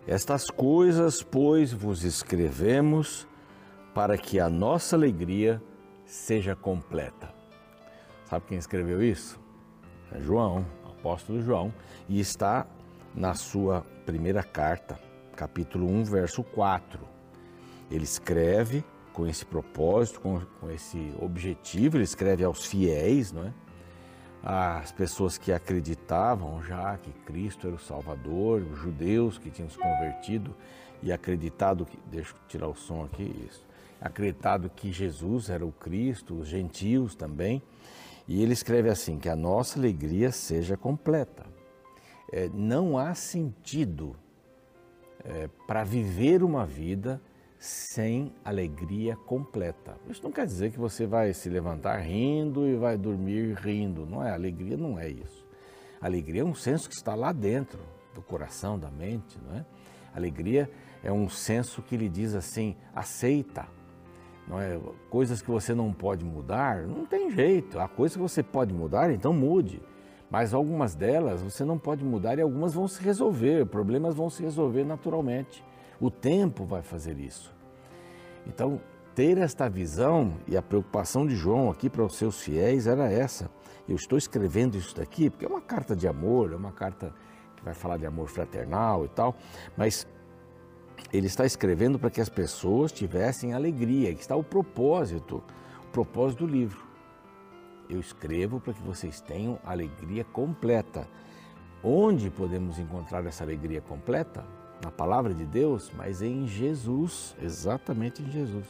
Estas coisas, pois, vos escrevemos para que a nossa alegria seja completa. Sabe quem escreveu isso? É João, o apóstolo João, e está na sua primeira carta, capítulo 1, verso 4. Ele escreve com esse propósito, com esse objetivo, ele escreve aos fiéis, não é? As pessoas que acreditavam já que Cristo era o Salvador, os judeus que tinham se convertido e acreditado que, deixa eu tirar o som aqui, isso, acreditado que Jesus era o Cristo, os gentios também, e ele escreve assim, que a nossa alegria seja completa. Não há sentido para viver uma vida sem alegria completa. Isso não quer dizer que você vai se levantar rindo e vai dormir rindo, não é? Alegria não é isso. Alegria é um senso que está lá dentro do coração, da mente, não é? Alegria é um senso que lhe diz assim, aceita, não é? Coisas que você não pode mudar, não tem jeito. Há coisas que você pode mudar, então mude. Mas algumas delas você não pode mudar e algumas vão se resolver, problemas vão se resolver naturalmente. O tempo vai fazer isso. Então, ter esta visão e a preocupação de João aqui para os seus fiéis era essa. Eu estou escrevendo isso daqui porque é uma carta de amor, é uma carta que vai falar de amor fraternal e tal, mas ele está escrevendo para que as pessoas tivessem alegria, que está o propósito do livro. Eu escrevo para que vocês tenham alegria completa. Onde podemos encontrar essa alegria completa? Na palavra de Deus, mas em Jesus, exatamente em Jesus.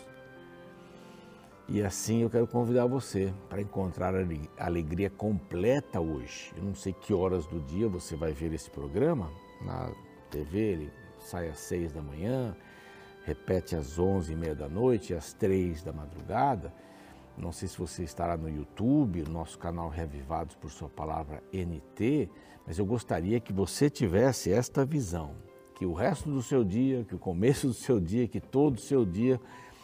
E assim eu quero convidar você para encontrar a alegria completa hoje. Eu não sei que horas do dia você vai ver esse programa, na TV ele sai às 6 da manhã, repete às 11h30 da noite, às 3 da madrugada. Não sei se você estará no YouTube, o nosso canal Reavivados por Sua Palavra NT, mas eu gostaria que você tivesse esta visão, que o resto do seu dia, que o começo do seu dia, que todo o seu dia,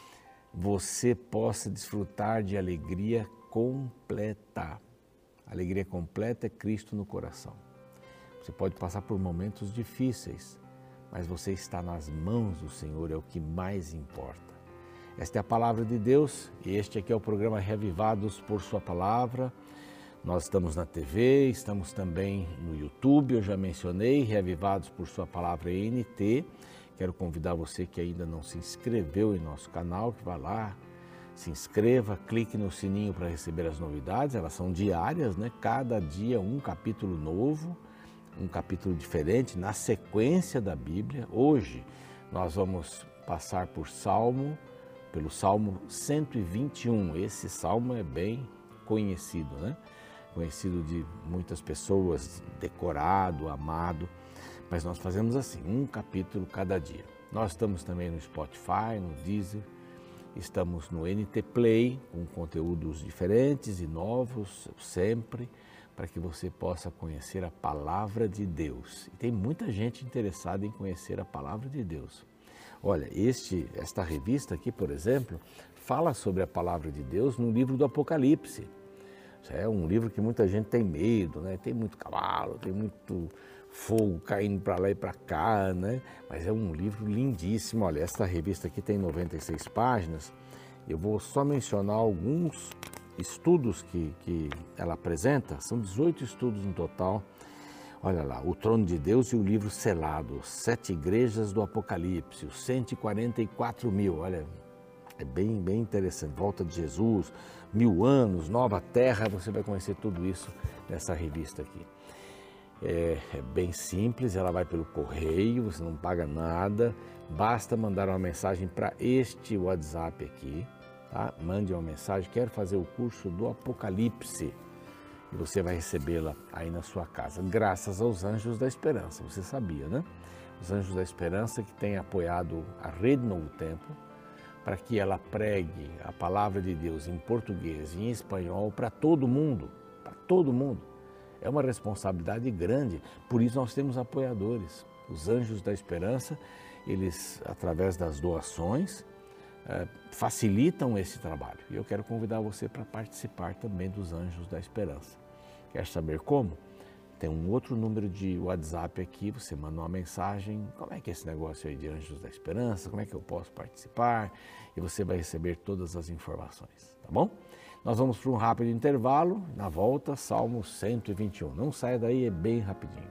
você possa desfrutar de alegria completa. Alegria completa é Cristo no coração. Você pode passar por momentos difíceis, mas você está nas mãos do Senhor, é o que mais importa. Esta é a palavra de Deus e este aqui é o programa Reavivados por Sua Palavra. Nós estamos na TV, estamos também no YouTube, eu já mencionei, Reavivados por Sua Palavra NT. Quero convidar você que ainda não se inscreveu em nosso canal, que vá lá, se inscreva, clique no sininho para receber as novidades, elas são diárias, né? Cada dia um capítulo novo, um capítulo diferente, na sequência da Bíblia. Hoje nós vamos passar pelo Salmo 121, esse salmo é bem conhecido, né? Conhecido de muitas pessoas, decorado, amado, mas nós fazemos assim, um capítulo cada dia. Nós estamos também no Spotify, no Deezer, estamos no NT Play, com conteúdos diferentes e novos, sempre, para que você possa conhecer a Palavra de Deus. E tem muita gente interessada em conhecer a Palavra de Deus. Olha, esta revista aqui, por exemplo, fala sobre a Palavra de Deus no livro do Apocalipse. É um livro que muita gente tem medo, né? Tem muito cavalo, tem muito fogo caindo para lá e para cá, né? Mas é um livro lindíssimo. Olha, esta revista aqui tem 96 páginas. Eu vou só mencionar alguns estudos que ela apresenta. São 18 estudos no total. Olha lá, o Trono de Deus e o Livro Selado, 7 igrejas do Apocalipse, os 144.000, olha, é bem interessante. Volta de Jesus, 1000 anos, nova terra, você vai conhecer tudo isso nessa revista aqui. É bem simples, ela vai pelo correio, você não paga nada, basta mandar uma mensagem para este WhatsApp aqui, tá? Mande uma mensagem, quero fazer o curso do Apocalipse, e você vai recebê-la aí na sua casa, graças aos Anjos da Esperança, você sabia, né? Os Anjos da Esperança que têm apoiado a Rede Novo Tempo, para que ela pregue a palavra de Deus em português e em espanhol para todo mundo, para todo mundo. É uma responsabilidade grande, por isso nós temos apoiadores. Os Anjos da Esperança, eles, através das doações, facilitam esse trabalho. E eu quero convidar você para participar também dos Anjos da Esperança. Quer saber como? tem um outro número de WhatsApp aqui, você manda uma mensagem, como é que é esse negócio aí de Anjos da Esperança, como é que eu posso participar, e você vai receber todas as informações, tá bom? Nós vamos para um rápido intervalo, na volta, Salmo 121. Não saia daí, é bem rapidinho.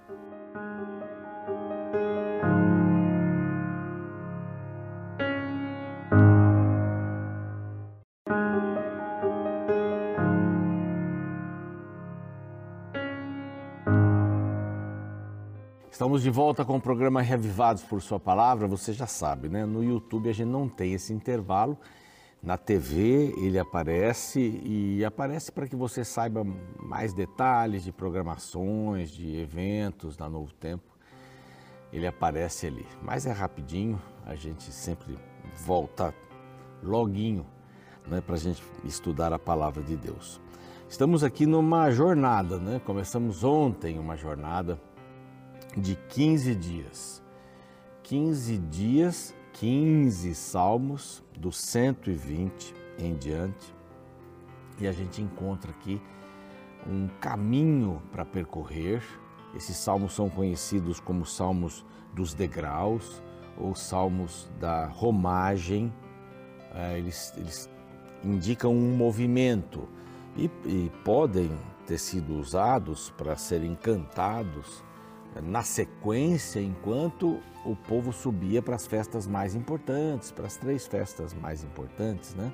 Estamos de volta com o programa Reavivados por Sua Palavra. Você já sabe, né? No YouTube a gente não tem esse intervalo. Na TV ele aparece e aparece para que você saiba mais detalhes de programações, de eventos da Novo Tempo. Ele aparece ali, mas é rapidinho, a gente sempre volta loguinho, né, para a gente estudar a Palavra de Deus. Estamos aqui numa jornada, né? Começamos ontem uma jornada de 15 dias. 15 dias, 15 salmos, do 120 em diante. E a gente encontra aqui um caminho para percorrer. Esses salmos são conhecidos como salmos dos degraus ou salmos da romagem. Eles indicam um movimento e podem ter sido usados para serem cantados na sequência, enquanto o povo subia para as festas mais importantes, para as 3 festas mais importantes, né?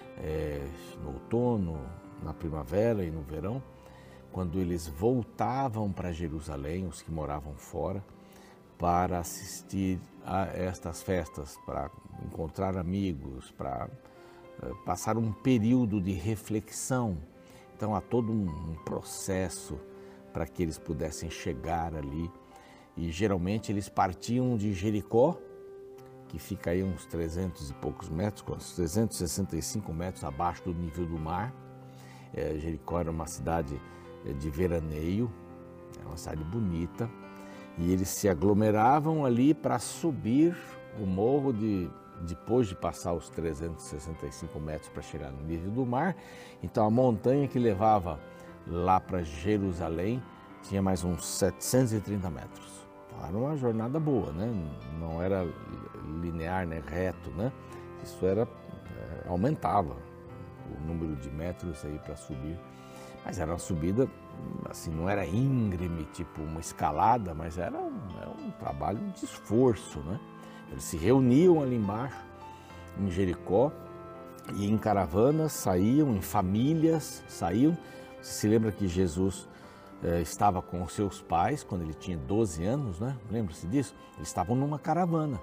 No outono, na primavera e no verão, quando eles voltavam para Jerusalém, os que moravam fora, para assistir a estas festas, para encontrar amigos, para passar um período de reflexão. Então há todo um processo para que eles pudessem chegar ali. E geralmente eles partiam de Jericó, que fica aí uns 300 e poucos metros, 365 metros abaixo do nível do mar. Jericó era uma cidade de veraneio, é uma cidade bonita, e eles se aglomeravam ali para subir o morro depois de passar os 365 metros para chegar no nível do mar. Então a montanha que levava lá para Jerusalém tinha mais uns 730 metros. Era uma jornada boa, né? Não era linear, né? Reto, né? Isso aumentava o número de metros aí para subir. Mas era uma subida, assim, não era íngreme, tipo uma escalada, mas era um trabalho de esforço, né? Eles se reuniam ali embaixo, em Jericó, e em caravanas saíam, em famílias saíam. Você se lembra que Jesus estava com os seus pais quando ele tinha 12 anos, né? Lembra-se disso? Eles estavam numa caravana.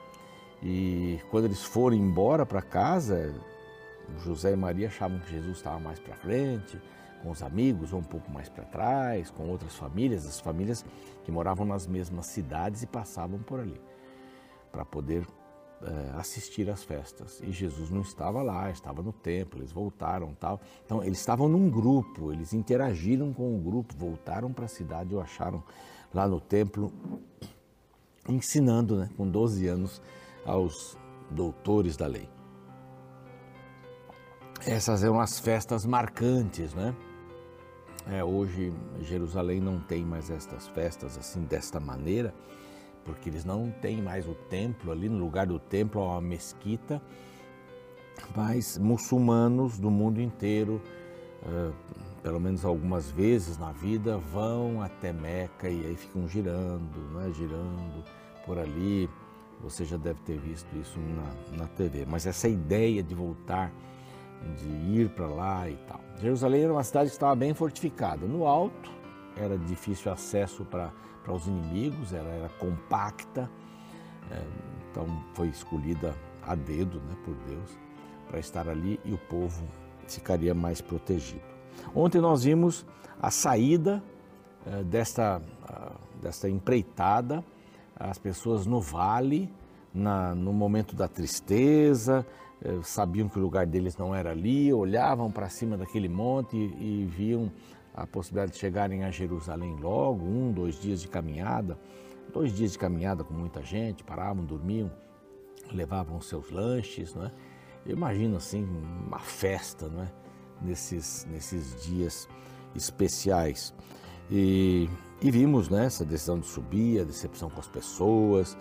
E quando eles foram embora para casa, José e Maria achavam que Jesus estava mais para frente, com os amigos, ou um pouco mais para trás, com outras famílias, as famílias que moravam nas mesmas cidades e passavam por ali, para poder assistir às festas. E Jesus não estava lá, estava no templo, eles voltaram, tal. Então eles estavam num grupo, eles interagiram com o grupo, voltaram para a cidade, o acharam lá no templo, ensinando, né, com 12 anos aos doutores da lei. Essas eram as festas marcantes, né? Hoje Jerusalém não tem mais estas festas assim desta maneira, porque eles não têm mais o templo, ali no lugar do templo há uma mesquita, mas muçulmanos do mundo inteiro, pelo menos algumas vezes na vida, vão até Meca e aí ficam girando, né, girando por ali. Você já deve ter visto isso na TV, mas essa ideia de voltar, de ir para lá e tal. Jerusalém era uma cidade que estava bem fortificada. No alto era difícil acesso para os inimigos, ela era compacta, então foi escolhida a dedo, né, por Deus para estar ali e o povo ficaria mais protegido. Ontem nós vimos a saída desta empreitada, as pessoas no vale, no momento da tristeza, sabiam que o lugar deles não era ali, olhavam para cima daquele monte e viam a possibilidade de chegarem a Jerusalém logo, 2 dias de caminhada, 2 dias de caminhada com muita gente, paravam, dormiam, levavam seus lanches, não é? Eu imagino assim uma festa, não é? Nesses dias especiais. E E vimos, né, essa decisão de subir, a decepção com as pessoas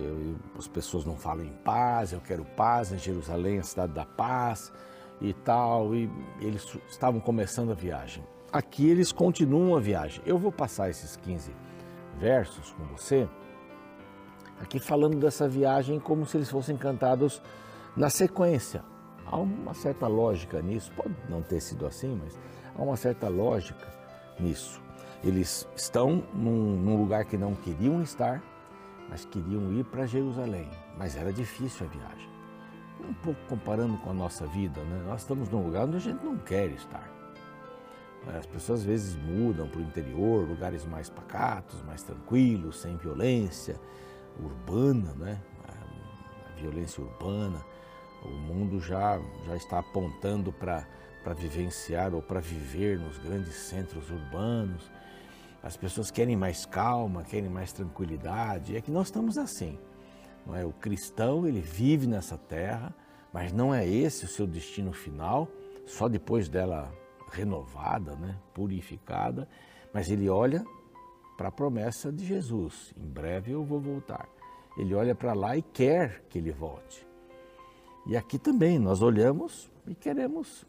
não falam em paz, eu quero paz, em Jerusalém, a cidade da paz e tal, e eles estavam começando a viagem. Aqui eles continuam a viagem. Eu vou passar esses 15 versos com você, aqui falando dessa viagem como se eles fossem cantados na sequência. Há uma certa lógica nisso, pode não ter sido assim, mas há uma certa lógica nisso. Eles estão num lugar que não queriam estar, mas queriam ir para Jerusalém, mas era difícil a viagem. Um pouco comparando com a nossa vida, né? Nós estamos num lugar onde a gente não quer estar. As pessoas às vezes mudam para o interior, lugares mais pacatos, mais tranquilos, sem violência urbana, né? A violência urbana. O mundo já está apontando para vivenciar ou para viver nos grandes centros urbanos. As pessoas querem mais calma, querem mais tranquilidade. É que nós estamos assim, não é? O cristão, ele vive nessa terra, mas não é esse o seu destino final, só depois dela renovada, né? Purificada. Mas ele olha para a promessa de Jesus. Em breve eu vou voltar. Ele olha para lá e quer que ele volte. E aqui também nós olhamos e queremos...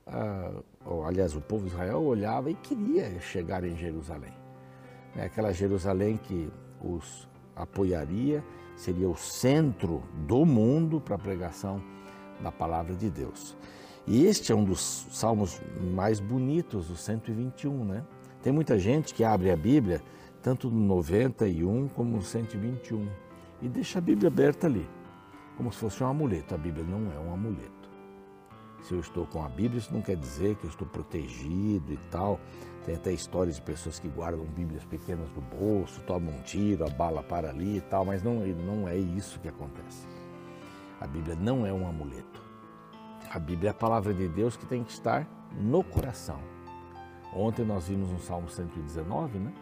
aliás, o povo de Israel olhava e queria chegar em Jerusalém. Aquela Jerusalém que os apoiaria, seria o centro do mundo para a pregação da palavra de Deus. E este é um dos salmos mais bonitos, o 121, né? Tem muita gente que abre a Bíblia, tanto no 91 como no 121, e deixa a Bíblia aberta ali, como se fosse um amuleto. A Bíblia não é um amuleto. Se eu estou com a Bíblia, isso não quer dizer que eu estou protegido e tal. Tem até histórias de pessoas que guardam Bíblias pequenas no bolso, tomam um tiro, a bala para ali e tal, mas não é isso que acontece. A Bíblia não é um amuleto. A Bíblia é a palavra de Deus que tem que estar no coração. Ontem nós vimos no Salmo 119, né?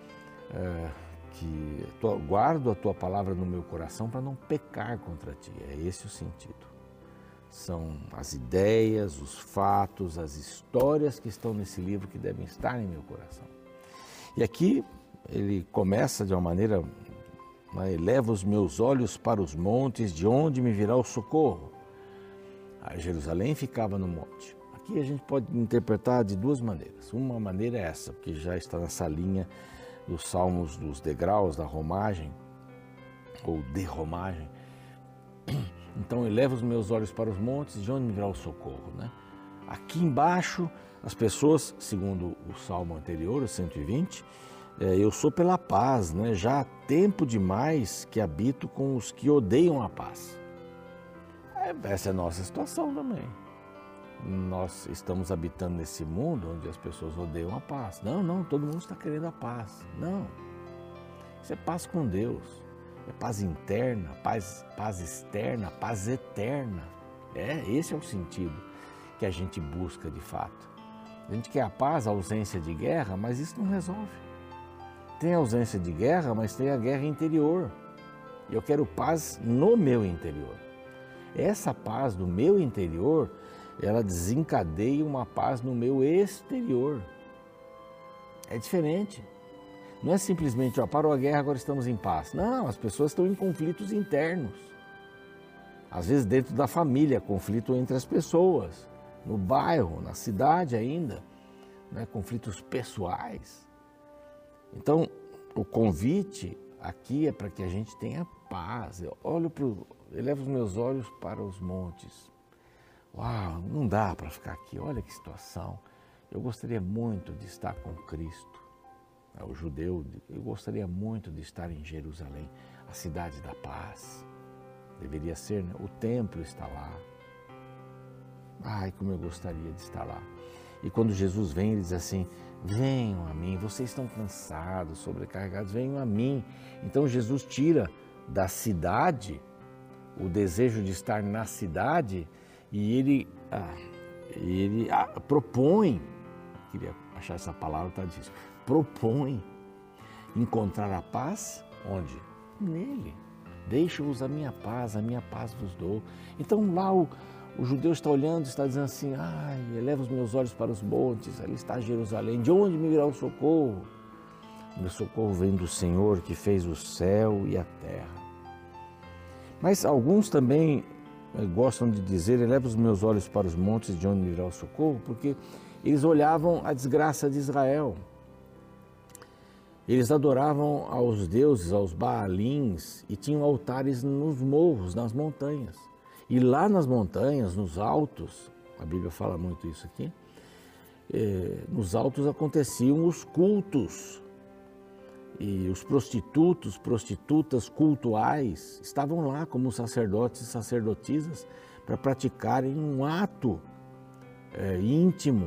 Que guardo a tua palavra no meu coração para não pecar contra ti. É esse o sentido. São as ideias, os fatos, as histórias que estão nesse livro que devem estar em meu coração. E aqui ele começa de uma maneira, eleva os meus olhos para os montes, de onde me virá o socorro. A Jerusalém ficava no monte. Aqui a gente pode interpretar de duas maneiras. Uma maneira é essa, porque já está nessa linha dos salmos dos degraus da romagem, ou de romagem. Então, eleva os meus olhos para os montes, de onde me virá o socorro, né? Aqui embaixo, as pessoas, segundo o salmo anterior, o 120, eu sou pela paz, né? Já há tempo demais que habito com os que odeiam a paz. Essa é a nossa situação também. Nós estamos habitando nesse mundo onde as pessoas odeiam a paz. Não, todo mundo está querendo a paz. Não, isso é paz com Deus. É paz interna, paz externa, paz eterna. Esse é o sentido que a gente busca de fato. A gente quer a paz, a ausência de guerra, mas isso não resolve. Tem ausência de guerra, mas tem a guerra interior. E eu quero paz no meu interior. Essa paz do meu interior, ela desencadeia uma paz no meu exterior. É diferente. Não é simplesmente, parou a guerra, agora estamos em paz. Não, as pessoas estão em conflitos internos. Às vezes dentro da família, conflito entre as pessoas, no bairro, na cidade ainda, né? Conflitos pessoais. Então, o convite aqui é para que a gente tenha paz. Eu elevo os meus olhos para os montes. Uau, não dá para ficar aqui, olha que situação. Eu gostaria muito de estar com Cristo. O judeu, eu gostaria muito de estar em Jerusalém, a cidade da paz. Deveria ser, né? O templo está lá. Ai, como eu gostaria de estar lá. E quando Jesus vem, ele diz assim, venham a mim, vocês estão cansados, sobrecarregados, venham a mim. Então Jesus tira da cidade o desejo de estar na cidade e ele propõe, queria achar essa palavra, está difícil, propõe encontrar a paz, onde? Nele. Deixo-vos a minha paz vos dou. Então lá o judeu está olhando, está dizendo assim, eleva os meus olhos para os montes, ali está Jerusalém, de onde me virá o socorro? Meu socorro vem do Senhor que fez o céu e a terra. Mas alguns também gostam de dizer, eleva os meus olhos para os montes de onde me virá o socorro, porque eles olhavam a desgraça de Israel. Eles adoravam aos deuses, aos Baalins, e tinham altares nos morros, nas montanhas. E lá nas montanhas, nos altos, a Bíblia fala muito isso aqui, nos altos aconteciam os cultos. E os prostitutos, prostitutas cultuais estavam lá como sacerdotes e sacerdotisas para praticarem um ato íntimo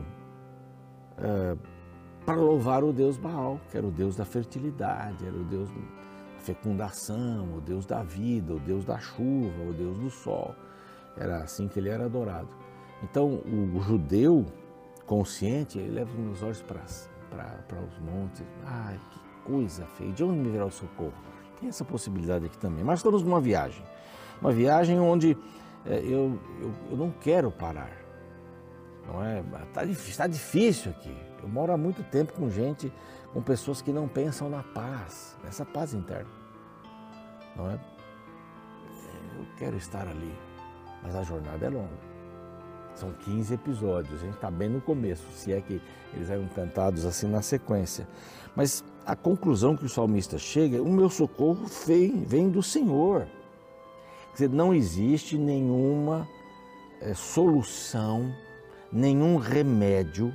para louvar o Deus Baal, que era o Deus da fertilidade, era o Deus da fecundação, o Deus da vida, o Deus da chuva, o Deus do sol. Era assim que ele era adorado. Então, o judeu consciente, ele leva os meus olhos para os montes. Ai, que coisa feia, de onde me virá o socorro? Tem essa possibilidade aqui também. Mas estamos numa viagem onde eu não quero parar. Não é? Está difícil aqui. Eu moro há muito tempo com gente, com pessoas que não pensam na paz, nessa paz interna. Não é? Eu quero estar ali, mas a jornada é longa. São 15 episódios, a gente está bem no começo, se é que eles eram cantados assim na sequência. Mas a conclusão que o salmista chega, o meu socorro vem do Senhor. Quer dizer, não existe nenhuma solução, nenhum remédio,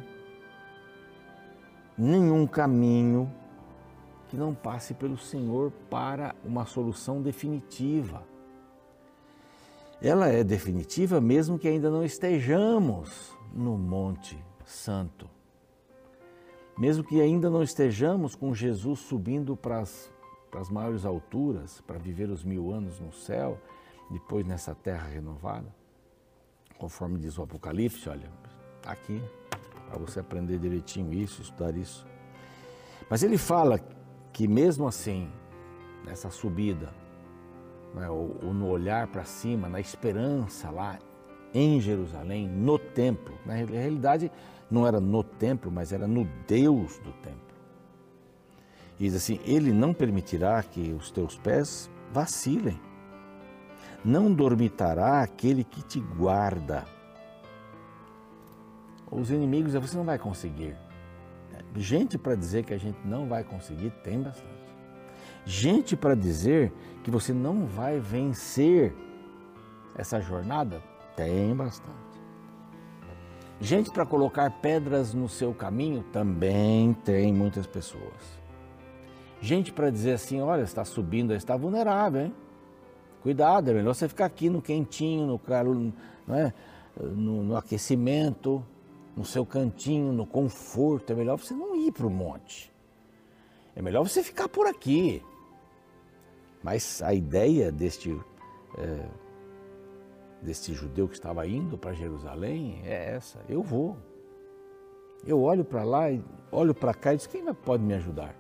nenhum caminho que não passe pelo Senhor para uma solução definitiva. Ela é definitiva mesmo que ainda não estejamos no Monte Santo. Mesmo que ainda não estejamos com Jesus subindo para as maiores alturas, para viver os 1000 anos no céu, depois nessa terra renovada, conforme diz o Apocalipse, olha, está aqui, para você aprender direitinho isso, estudar isso. Mas ele fala que mesmo assim, nessa subida, né, ou no olhar para cima, na esperança lá em Jerusalém, no templo, na realidade não era no templo, mas era no Deus do templo. E diz assim, ele não permitirá que os teus pés vacilem, não dormitará aquele que te guarda. Os inimigos, você não vai conseguir. Gente para dizer que a gente não vai conseguir, tem bastante. Gente para dizer que você não vai vencer essa jornada, tem bastante. Gente para colocar pedras no seu caminho, também tem muitas pessoas. Gente para dizer assim, olha, está subindo, está vulnerável, hein? Cuidado, é melhor você ficar aqui no quentinho, no calor, não é? no aquecimento, no seu cantinho, no conforto. É melhor você não ir para o monte. É melhor você ficar por aqui. Mas a ideia deste judeu que estava indo para Jerusalém é essa. Eu vou. Eu olho para lá, olho para cá e digo, quem pode me ajudar?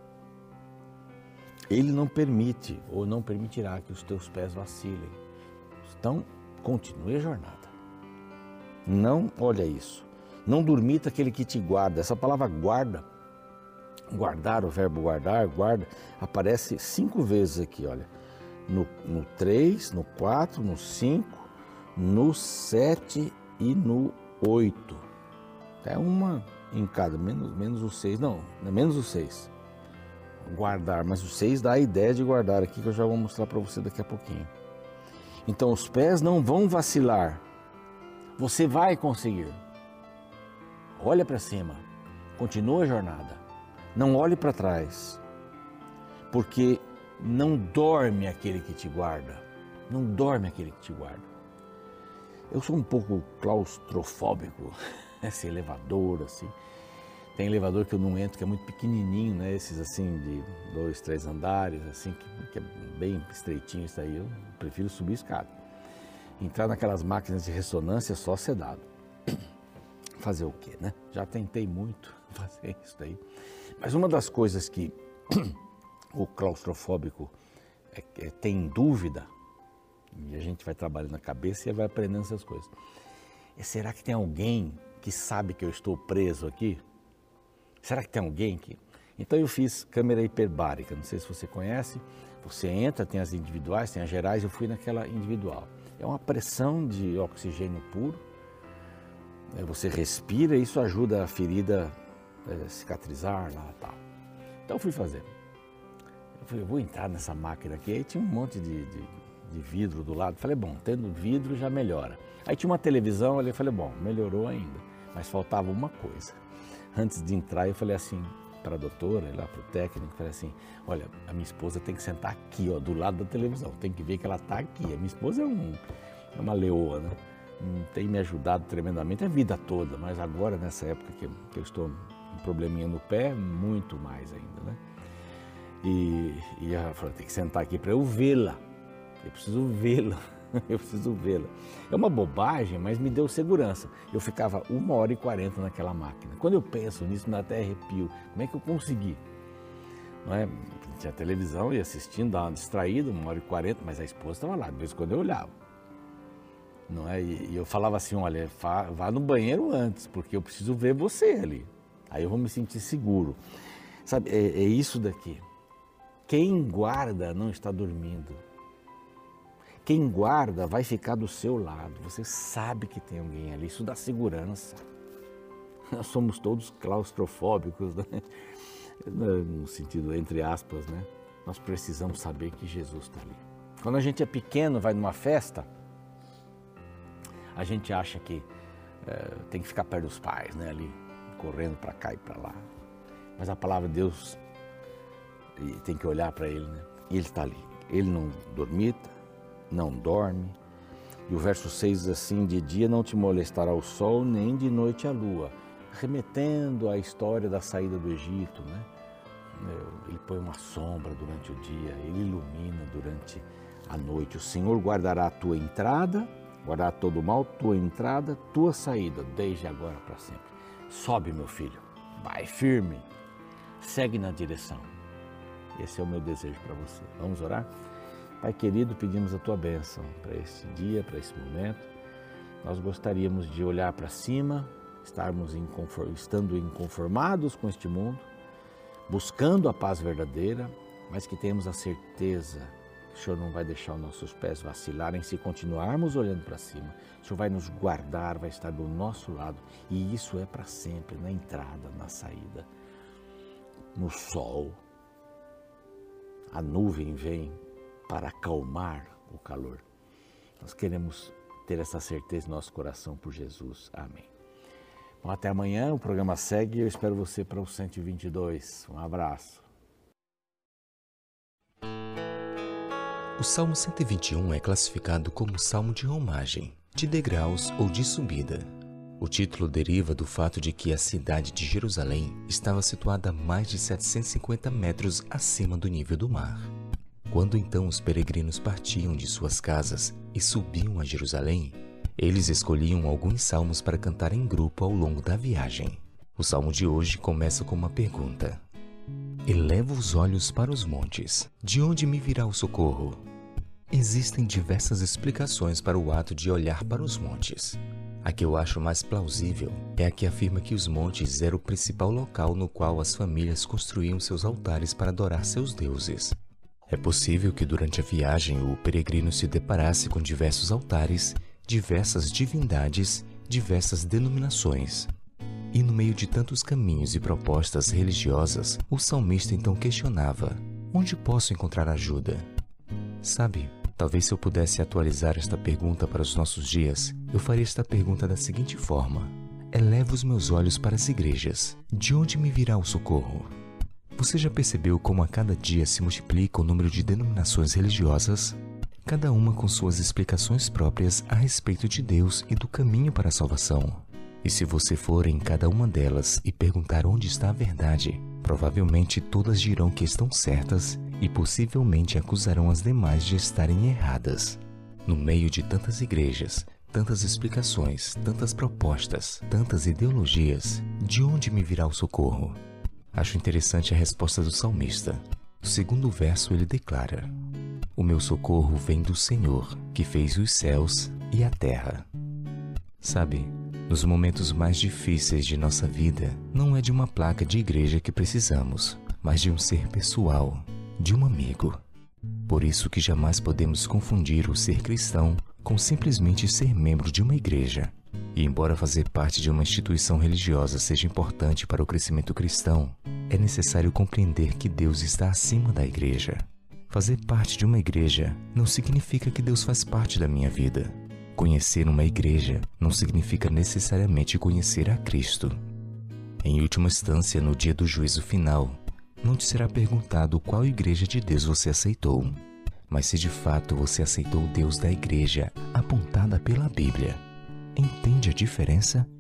Ele não permite ou não permitirá que os teus pés vacilem. Então, continue a jornada. Não, olha isso. Não dormita aquele que te guarda. Essa palavra guarda, guardar, o verbo guardar, guarda, aparece 5 vezes aqui, olha. No 3, no 4, no 5, no 7 e no 8. É uma em cada, menos o 6, não, menos o 6. Guardar, mas o 6 dá a ideia de guardar aqui, que eu já vou mostrar para você daqui a pouquinho. Então, os pés não vão vacilar. Você vai conseguir. Olha para cima. Continua a jornada. Não olhe para trás. Porque não dorme aquele que te guarda. Não dorme aquele que te guarda. Eu sou um pouco claustrofóbico. Esse elevador, assim. Tem elevador que eu não entro, que é muito pequenininho, né? Esses assim de 2, 3 andares, assim, que é bem estreitinho isso aí. Eu prefiro subir escada. Entrar naquelas máquinas de ressonância só sedado. Fazer o quê, né? Já tentei muito fazer isso daí. Mas uma das coisas que o claustrofóbico tem dúvida, e a gente vai trabalhando na cabeça e vai aprendendo essas coisas. Será que tem alguém que sabe que eu estou preso aqui? Será que tem alguém Então eu fiz câmera hiperbárica, não sei se você conhece. Você entra, tem as individuais, tem as gerais, eu fui naquela individual. É uma pressão de oxigênio puro, você respira e isso ajuda a ferida a cicatrizar lá e tal. Então eu fui fazer. Eu vou entrar nessa máquina aqui, aí tinha um monte de vidro do lado. Falei, bom, tendo vidro já melhora. Aí tinha uma televisão ali, eu falei, bom, melhorou ainda, mas faltava uma coisa. Antes de entrar, eu falei assim para a doutora, lá para o técnico, falei assim, olha, a minha esposa tem que sentar aqui, ó, do lado da televisão, tem que ver que ela está aqui. A minha esposa é uma leoa, né? Tem me ajudado tremendamente a vida toda, mas agora, nessa época que eu estou com um probleminha no pé, muito mais ainda, né? E ela falou, tem que sentar aqui para eu vê-la, eu preciso vê-la. Eu preciso vê-la. É uma bobagem, mas me deu segurança. Eu ficava 1h40 naquela máquina. Quando eu penso nisso, me dá até arrepio. Como é que eu consegui? Não é? Tinha televisão, ia assistindo, dava uma distraída, 1h40, mas a esposa estava lá, de vez em quando eu olhava. Não é? E eu falava assim, olha, vá no banheiro antes, porque eu preciso ver você ali. Aí eu vou me sentir seguro. Sabe, é isso daqui. Quem guarda não está dormindo. Quem guarda vai ficar do seu lado, você sabe que tem alguém ali, isso dá segurança. Nós somos todos claustrofóbicos, né? No sentido, entre aspas, né? Nós precisamos saber que Jesus está ali. Quando a gente é pequeno, vai numa festa, a gente acha que tem que ficar perto dos pais, né? Ali, correndo para cá e para lá. Mas a palavra de Deus, tem que olhar para Ele, né? E Ele está ali. Ele não dormita, não dorme. E o verso 6 diz assim, de dia não te molestará o sol, nem de noite a lua. Remetendo à história da saída do Egito, né? Ele põe uma sombra durante o dia, ele ilumina durante a noite. O Senhor guardará a tua entrada, guardará todo o mal, tua entrada, tua saída, desde agora para sempre. Sobe, meu filho, vai firme, segue na direção. Esse é o meu desejo para você. Vamos orar? Pai querido, pedimos a Tua bênção para este dia, para esse momento. Nós gostaríamos de olhar para cima, estando inconformados com este mundo, buscando a paz verdadeira, mas que tenhamos a certeza que o Senhor não vai deixar os nossos pés vacilarem se continuarmos olhando para cima. O Senhor vai nos guardar, vai estar do nosso lado, e isso é para sempre, na entrada, na saída, no sol. A nuvem vem para acalmar o calor. Nós queremos ter essa certeza em nosso coração por Jesus. Amém. Bom, até amanhã, o programa segue e eu espero você para o 122. Um abraço. O Salmo 121 é classificado como salmo de romagem, de degraus ou de subida. O título deriva do fato de que a cidade de Jerusalém estava situada a mais de 750 metros acima do nível do mar. Quando então os peregrinos partiam de suas casas e subiam a Jerusalém, eles escolhiam alguns salmos para cantar em grupo ao longo da viagem. O salmo de hoje começa com uma pergunta. Eleva os olhos para os montes. De onde me virá o socorro? Existem diversas explicações para o ato de olhar para os montes. A que eu acho mais plausível é a que afirma que os montes eram o principal local no qual as famílias construíam seus altares para adorar seus deuses. É possível que durante a viagem o peregrino se deparasse com diversos altares, diversas divindades, diversas denominações. E no meio de tantos caminhos e propostas religiosas, o salmista então questionava: onde posso encontrar ajuda? Sabe, talvez se eu pudesse atualizar esta pergunta para os nossos dias, eu faria esta pergunta da seguinte forma: elevo os meus olhos para as igrejas. De onde me virá o socorro? Você já percebeu como a cada dia se multiplica o número de denominações religiosas? Cada uma com suas explicações próprias a respeito de Deus e do caminho para a salvação. E se você for em cada uma delas e perguntar onde está a verdade, provavelmente todas dirão que estão certas e possivelmente acusarão as demais de estarem erradas. No meio de tantas igrejas, tantas explicações, tantas propostas, tantas ideologias, de onde me virá o socorro? Acho interessante a resposta do salmista. No segundo verso ele declara: o meu socorro vem do Senhor, que fez os céus e a terra. Sabe, nos momentos mais difíceis de nossa vida, não é de uma placa de igreja que precisamos, mas de um ser pessoal, de um amigo. Por isso que jamais podemos confundir o ser cristão com simplesmente ser membro de uma igreja. E embora fazer parte de uma instituição religiosa seja importante para o crescimento cristão, é necessário compreender que Deus está acima da igreja. Fazer parte de uma igreja não significa que Deus faz parte da minha vida. Conhecer uma igreja não significa necessariamente conhecer a Cristo. Em última instância, no dia do juízo final, não te será perguntado qual igreja de Deus você aceitou, mas se de fato você aceitou o Deus da igreja apontada pela Bíblia. Entende a diferença?